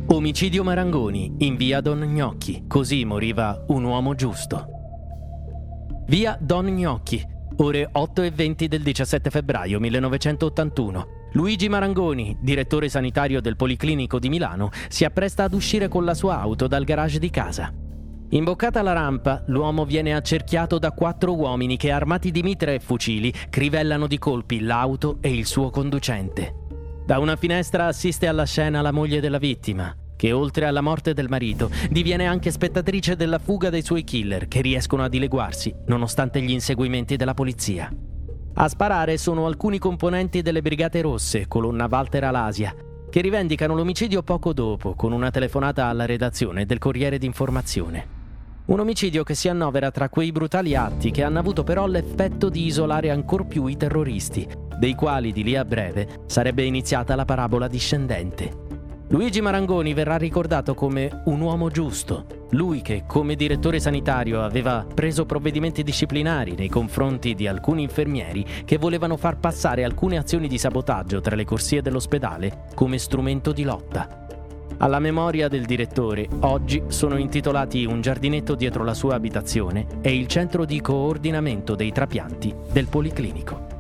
Omicidio Marangoni in via Don Gnocchi, così moriva un uomo giusto. Via Don Gnocchi, ore 8:20 del 17 febbraio 1981. Luigi Marangoni, direttore sanitario del Policlinico di Milano, si appresta ad uscire con la sua auto dal garage di casa. Imboccata la rampa, l'uomo viene accerchiato da 4 uomini che, armati di mitra e fucili, crivellano di colpi l'auto e il suo conducente. Da una finestra assiste alla scena la moglie della vittima, che oltre alla morte del marito diviene anche spettatrice della fuga dei suoi killer, che riescono a dileguarsi nonostante gli inseguimenti della polizia. A sparare sono alcuni componenti delle Brigate Rosse, colonna Walter Alasia, che rivendicano l'omicidio poco dopo con una telefonata alla redazione del Corriere d'Informazione. Un omicidio che si annovera tra quei brutali atti che hanno avuto però l'effetto di isolare ancor più i terroristi, dei quali di lì a breve sarebbe iniziata la parabola discendente. Luigi Marangoni verrà ricordato come un uomo giusto, lui che come direttore sanitario aveva preso provvedimenti disciplinari nei confronti di alcuni infermieri che volevano far passare alcune azioni di sabotaggio tra le corsie dell'ospedale come strumento di lotta. Alla memoria del direttore oggi sono intitolati un giardinetto dietro la sua abitazione e il centro di coordinamento dei trapianti del Policlinico.